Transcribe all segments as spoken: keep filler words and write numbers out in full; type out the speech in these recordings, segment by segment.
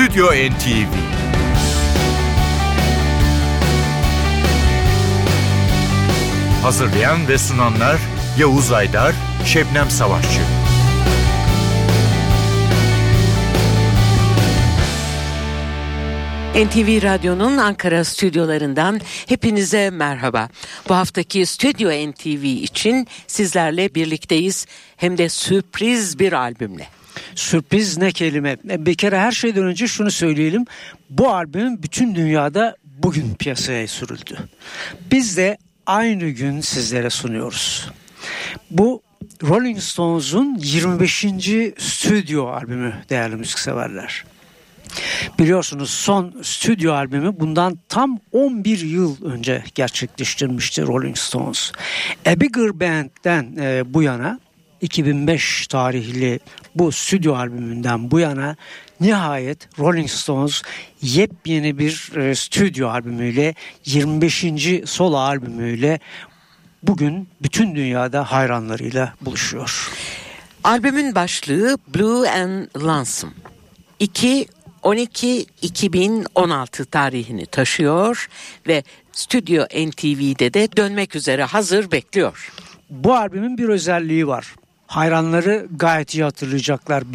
Stüdyo N T V. Hazırlayan ve sunanlar Yavuz Aydar, Şebnem Savaşçı. N T V Radyo'nun Ankara stüdyolarından hepinize merhaba. Bu haftaki Stüdyo N T V için sizlerle birlikteyiz. Hem de sürpriz bir albümle. Sürpriz ne kelime. Bir kere her şeyden önce şunu söyleyelim. Bu albüm bütün dünyada bugün piyasaya sürüldü. Biz de aynı gün sizlere sunuyoruz. Bu Rolling Stones'un yirmi beşinci stüdyo albümü değerli müzikseverler. Biliyorsunuz son stüdyo albümü bundan tam on bir yıl önce gerçekleştirmişti Rolling Stones. A Bigger Band'den e, bu yana iki bin beş tarihli bu stüdyo albümünden bu yana nihayet Rolling Stones yepyeni bir e, stüdyo albümüyle yirmi beşinci solo albümüyle bugün bütün dünyada hayranlarıyla buluşuyor. Albümün başlığı Blue and Lonesome. iki on iki iki bin on altı tarihini taşıyor ve Stüdyo N T V'de de dönmek üzere hazır bekliyor. Bu albümün bir özelliği var. Hayranları gayet iyi hatırlayacaklar.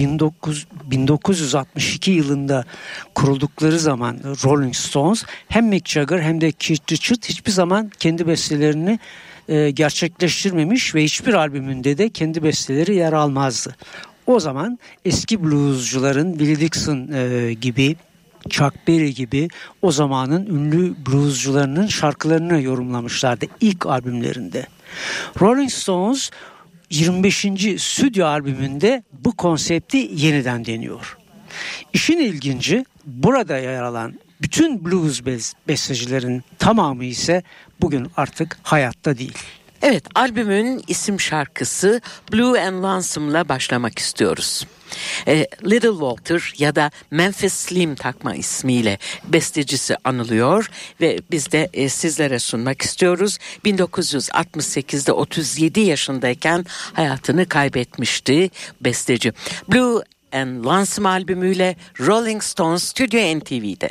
bin dokuz yüz altmış iki yılında kuruldukları zaman Rolling Stones hem Mick Jagger hem de Keith Richards hiçbir zaman kendi bestelerini e, gerçekleştirmemiş ve hiçbir albümünde de kendi besteleri yer almazdı. O zaman eski bluescuların Willie Dixon e, gibi, Chuck Berry gibi o zamanın ünlü bluescularının şarkılarını yorumlamışlardı ilk albümlerinde. Rolling Stones yirmi beşinci stüdyo albümünde bu konsepti yeniden deniyor. İşin ilginci burada yer alan bütün blues bestecilerin tamamı ise bugün artık hayatta değil. Evet, albümün isim şarkısı Blue and Lonesome'la başlamak istiyoruz. E, Little Walter ya da Memphis Slim takma ismiyle bestecisi anılıyor ve biz de e, sizlere sunmak istiyoruz. bin dokuz yüz altmış sekizde otuz yedi yaşındayken hayatını kaybetmişti besteci. Blue and Lonesome albümüyle Rolling Stones Stüdyo N T V'de.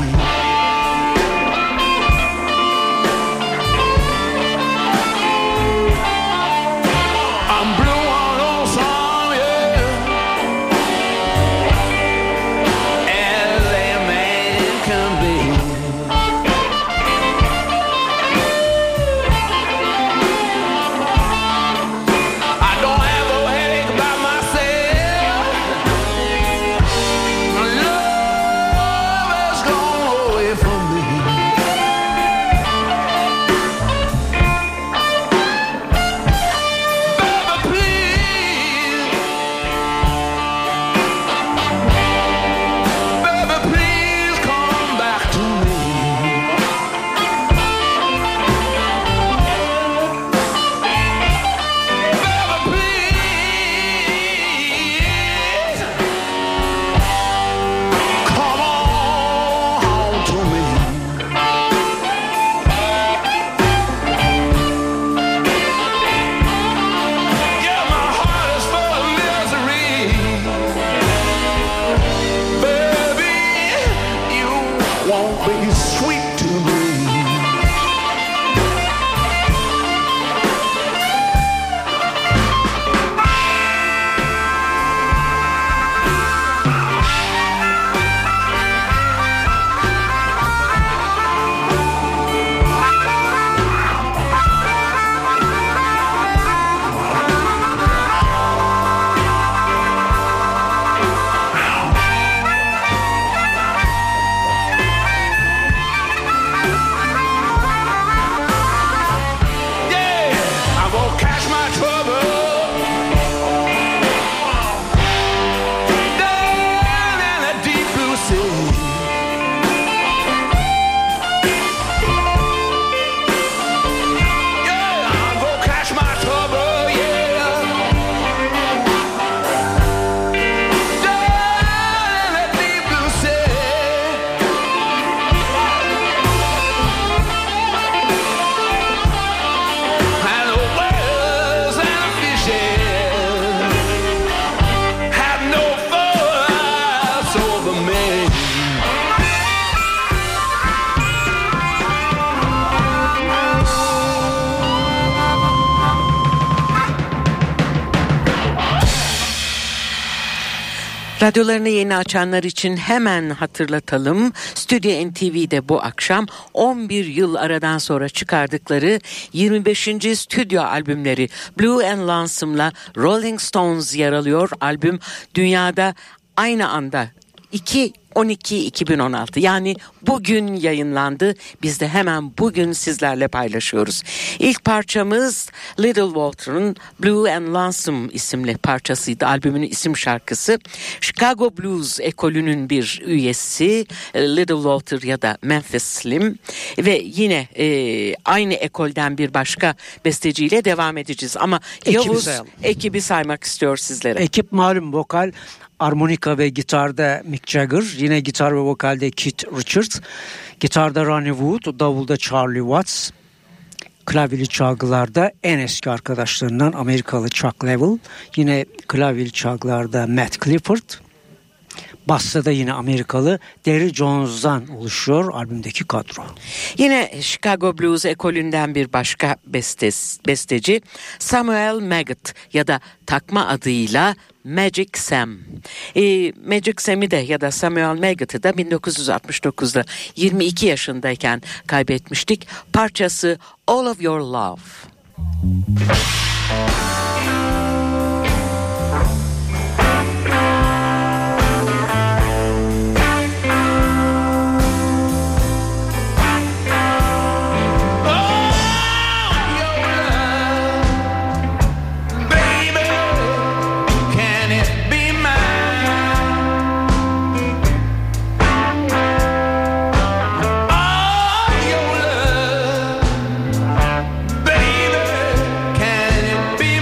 Blue Radyolarını yeni açanlar için hemen hatırlatalım. Stüdyo N T V'de bu akşam on bir yıl aradan sonra çıkardıkları yirmi beşinci stüdyo albümleri Blue and Lonesome'la Rolling Stones yer alıyor. Albüm dünyada aynı anda iki on iki iki bin on altı yani bugün yayınlandı. Biz de hemen bugün sizlerle paylaşıyoruz. İlk parçamız Little Walter'ın Blue and Lonesome isimli parçasıydı. Albümün isim şarkısı. Chicago Blues ekolünün bir üyesi Little Walter ya da Memphis Slim ve yine e, aynı ekolden bir başka besteciyle devam edeceğiz. Ama Ekibi Yavuz sayalım. ekibi saymak istiyor sizlere. Ekip malum vokal, armonika ve gitarda Mick Jagger, yine gitar ve vokalde Keith Richards, gitarda Ronnie Wood, davulda Charlie Watts, klavyeli çalgılarda en eski arkadaşlarından Amerikalı Chuck Leavell, yine klavyeli çalgılarda Matt Clifford, basta da yine Amerikalı Derry Jones'dan oluşuyor albümdeki kadro. Yine Chicago Blues ekolünden bir başka bestes, besteci Samuel Maggot ya da takma adıyla Magic Sam. E, Magic Sam'i de ya da Samuel Maggot'ı da bin dokuz yüz altmış dokuzda yirmi iki yaşındayken kaybetmiştik. Parçası All of Your Love. Baby, can it be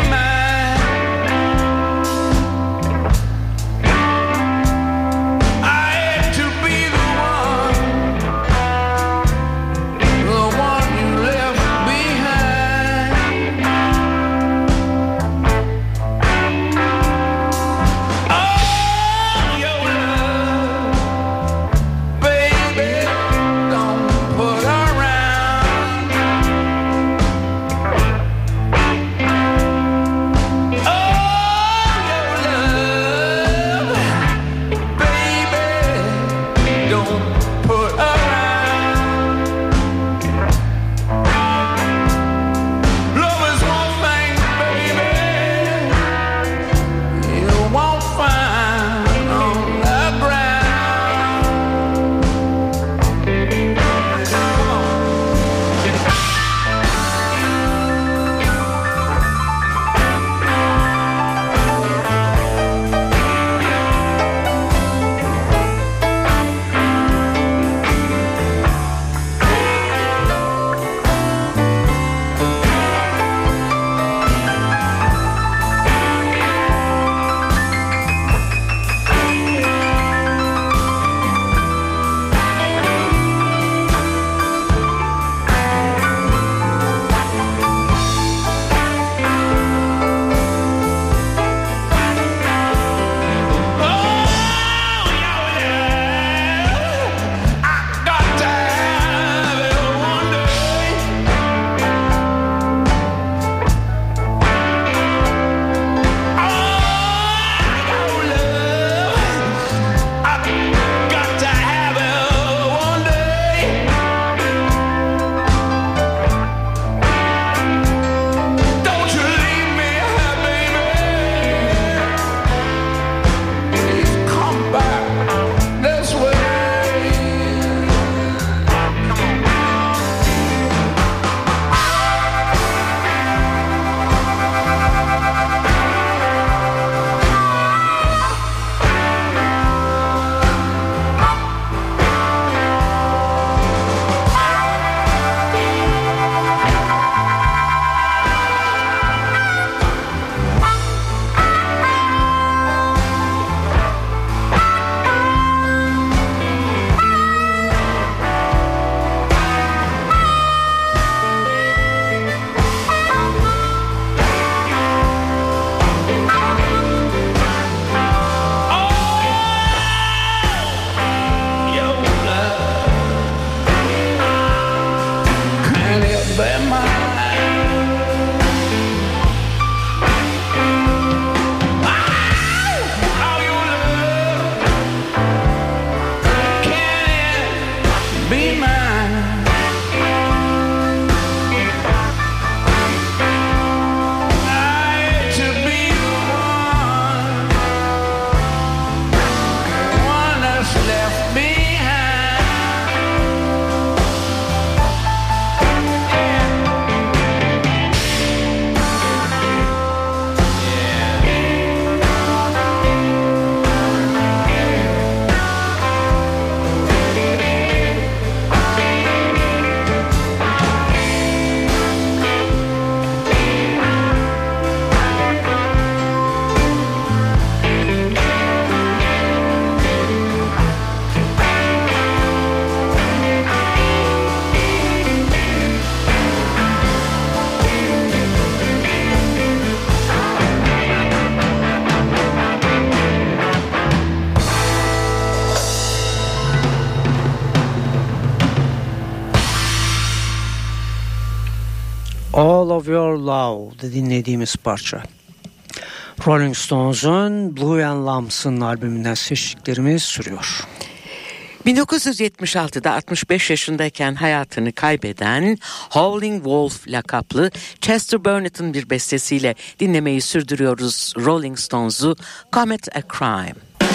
All of Your Love'da dinlediğimiz parça. Rolling Stones'un Blue and Lambs'ın albümünden seçtiklerimiz sürüyor. bin dokuz yüz yetmiş altıda altmış beş yaşındayken hayatını kaybeden Howling Wolf lakaplı Chester Burnett'ın bir bestesiyle dinlemeyi sürdürüyoruz Rolling Stones'u Commit a Crime.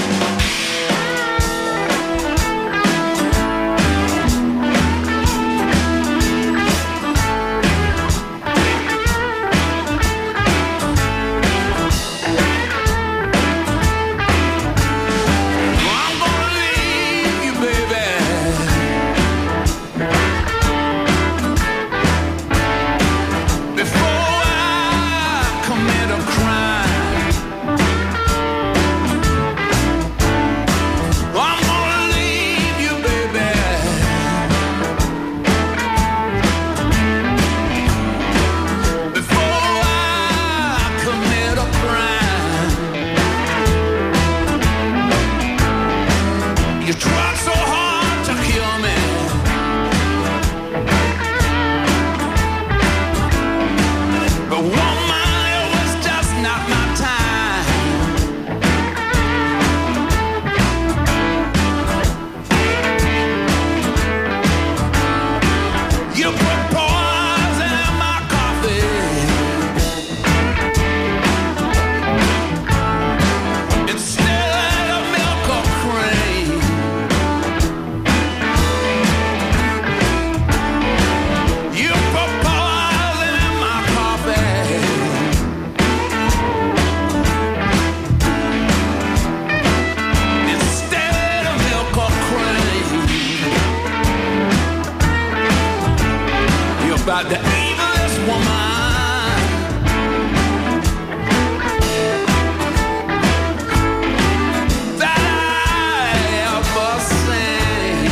About the evilest woman that I ever seen.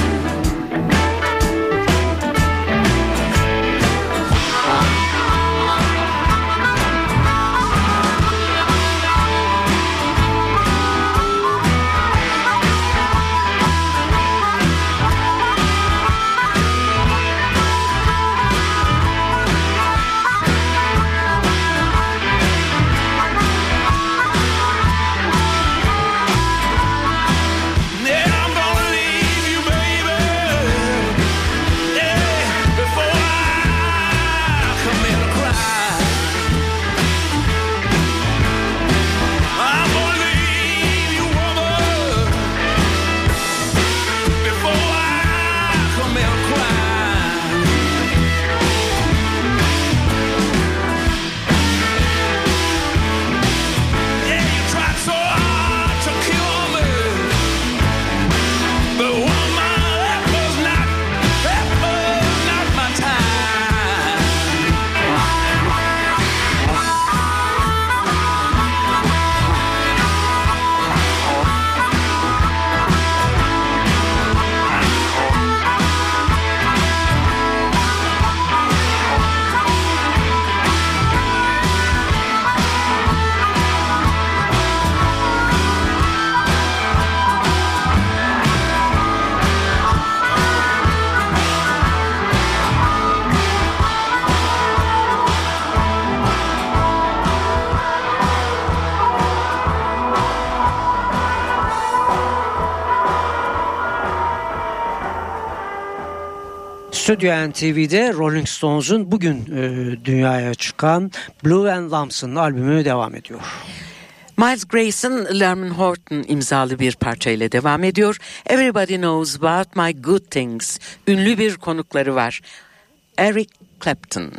Stüdyo N T V'de Rolling Stones'un bugün e, dünyaya çıkan Blue and Lambs'ın albümü devam ediyor. Miles Grayson, Lerman Horton imzalı bir parçayla devam ediyor. Everybody Knows About My Good Things. Ünlü bir konukları var. Eric Clapton.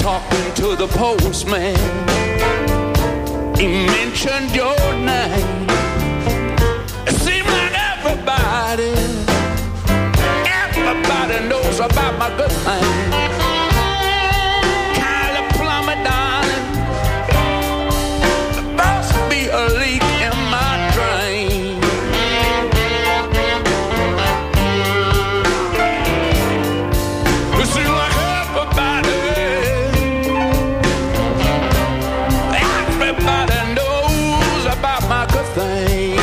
talking to the postman. He mentioned your name. It seemed like everybody, everybody knows about my good thing. Kylie Plummer, darling, there must be a leak in my drain. It seems like everybody, everybody knows about my good thing.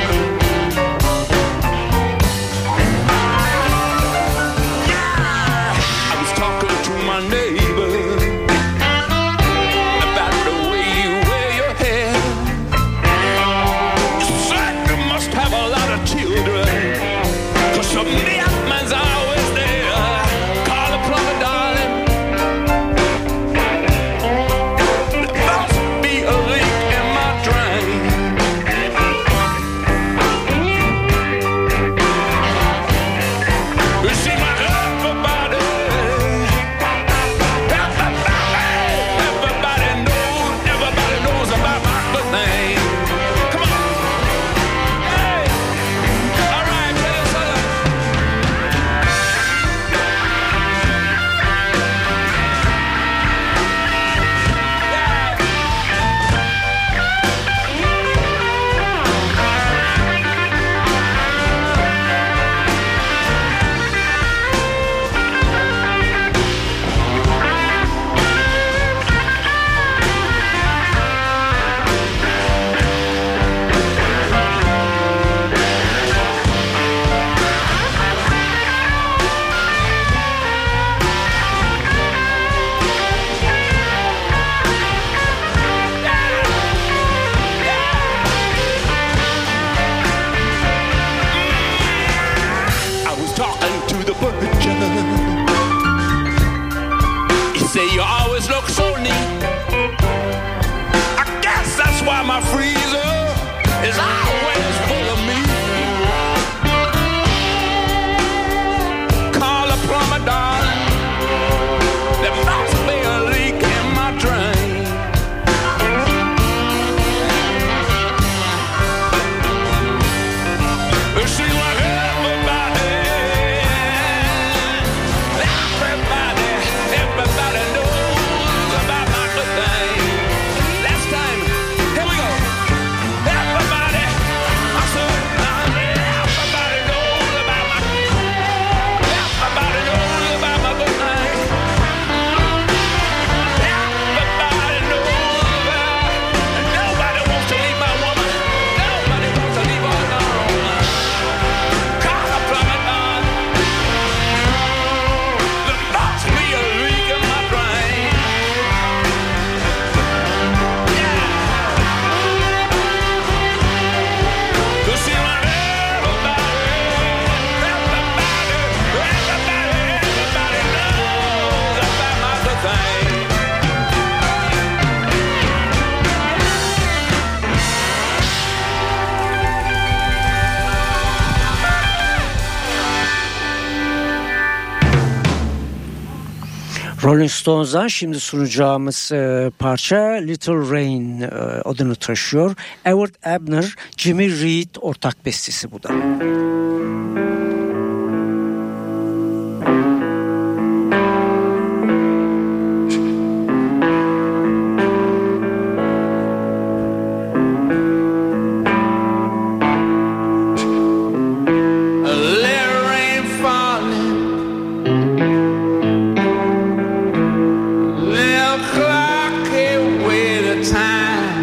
Rolling Stones'dan şimdi sunacağımız e, parça Little Rain e, adını taşıyor. Edward Abner, Jimmy Reed ortak bestesi bu da.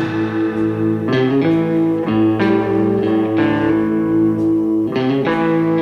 Time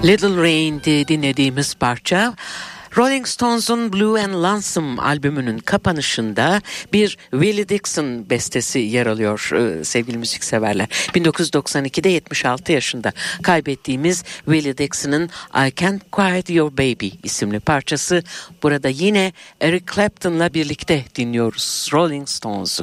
Little Rain'di dinlediğimiz parça. Rolling Stones'un Blue and Lonesome albümünün kapanışında bir Willie Dixon bestesi yer alıyor e, sevgili müzikseverler. bin dokuz yüz doksan ikide yetmiş altı yaşında kaybettiğimiz Willie Dixon'ın I Can't Quiet Your Baby isimli parçası. Burada yine Eric Clapton'la birlikte dinliyoruz Rolling Stones'u.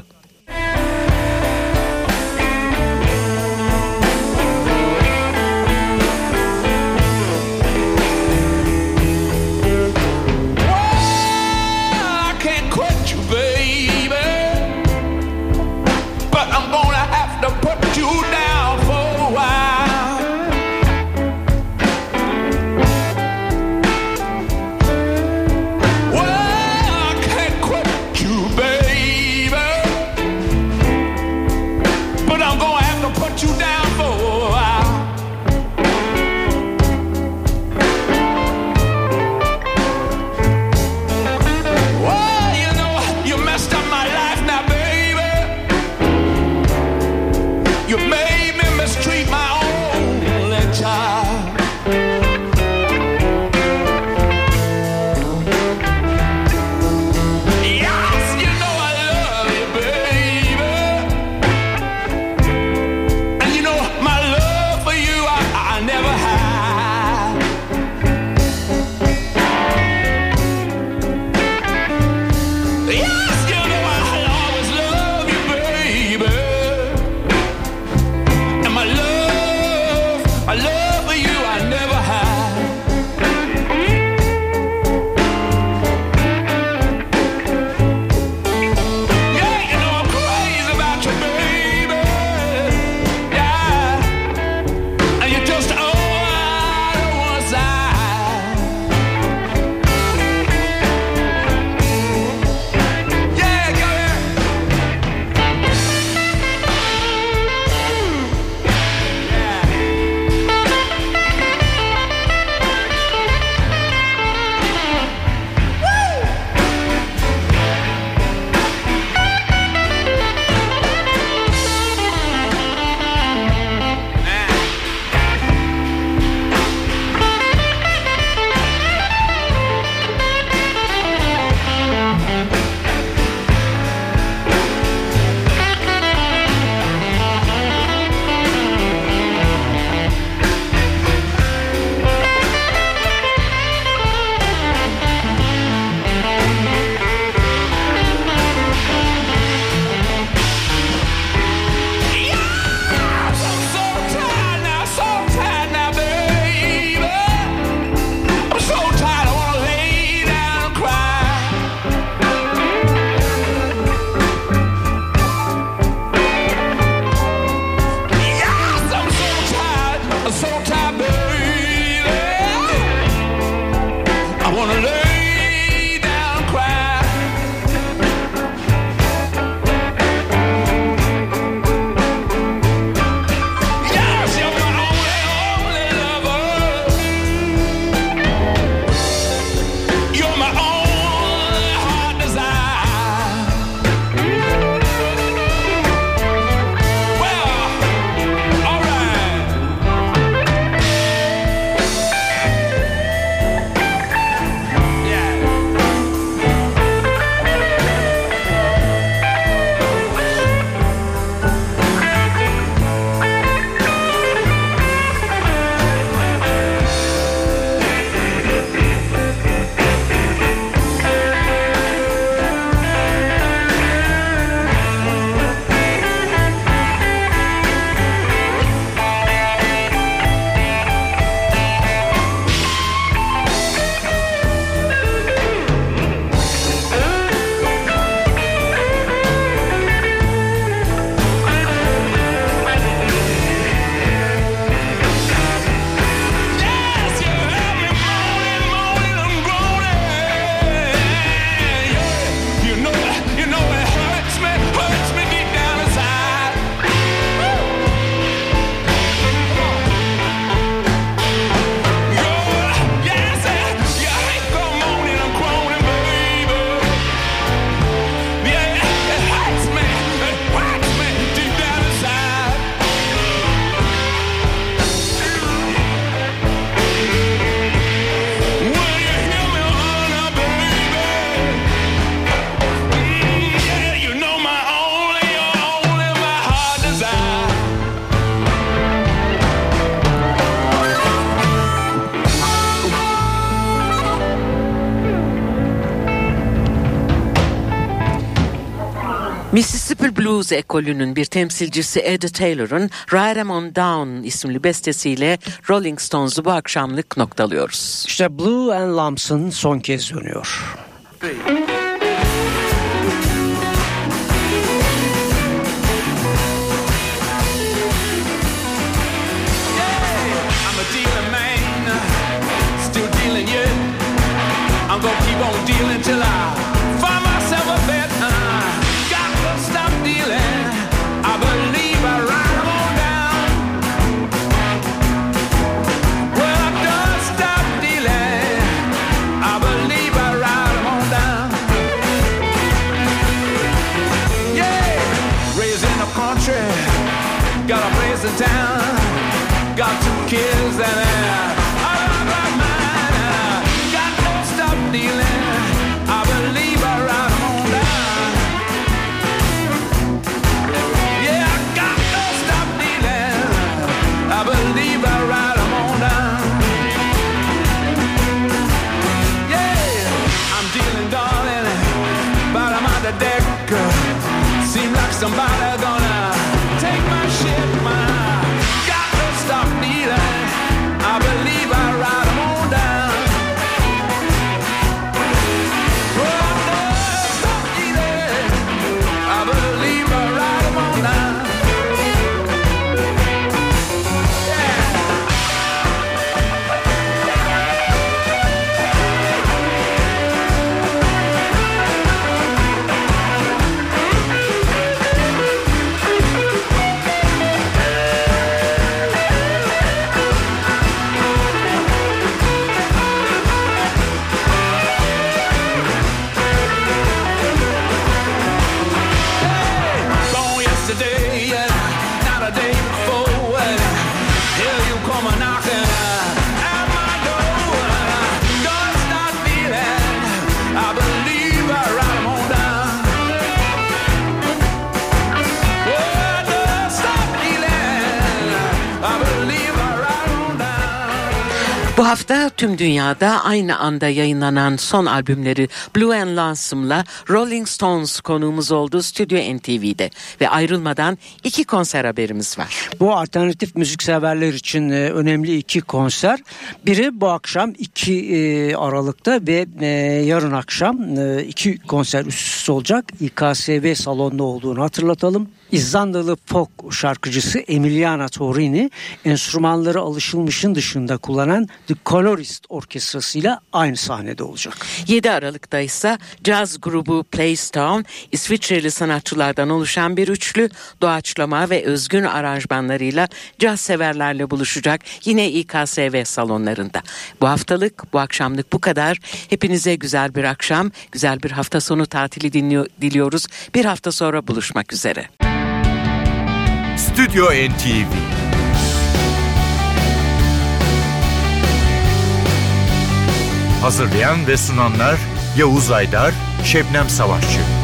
Mississippi Blues ekolünün bir temsilcisi Eddie Taylor'ın Ride 'Em On Down isimli bestesiyle Rolling Stones'u bu akşamlık noktalıyoruz. İşte Blue and Lumpson son kez dönüyor. I'm gonna keep on dealing till I find myself a bed. Uh, got to stop dealing. I believe I write 'em on down. Well, I done stop dealing. I believe I write 'em on down. Yeah, raised in the country, got a place in town, got two kids and uh, somebody gonna take my shit, man. Got to stop dealing. I believe I write 'em on down. Oh, I don't stop dealing. I believe I write 'em on down. Bu hafta tüm dünyada aynı anda yayınlanan son albümleri Blue and Lonesome'la Rolling Stones konuğumuz oldu Stüdyo N T V'de ve ayrılmadan iki konser haberimiz var. Bu alternatif müzikseverler için e, önemli iki konser. Biri bu akşam iki e, Aralık'ta ve e, yarın akşam e, iki konser üst üste olacak. İ K S V salonda olduğunu hatırlatalım. İzlandalı folk şarkıcısı Emiliana Torini enstrümanları alışılmışın dışında kullanan The Colorist orkestrasıyla aynı sahnede olacak. yedi Aralık'ta ise caz grubu Playstown, İsviçreli sanatçılardan oluşan bir üçlü doğaçlama ve özgün aranjmanlarıyla caz severlerle buluşacak yine İ K S V salonlarında. Bu haftalık, bu akşamlık bu kadar. Hepinize güzel bir akşam, güzel bir hafta sonu tatili dinliyor, diliyoruz. Bir hafta sonra buluşmak üzere. Stüdyo N T V. Hazırlayan ve sunanlar Yavuz Aydar, Şebnem Savaşçı.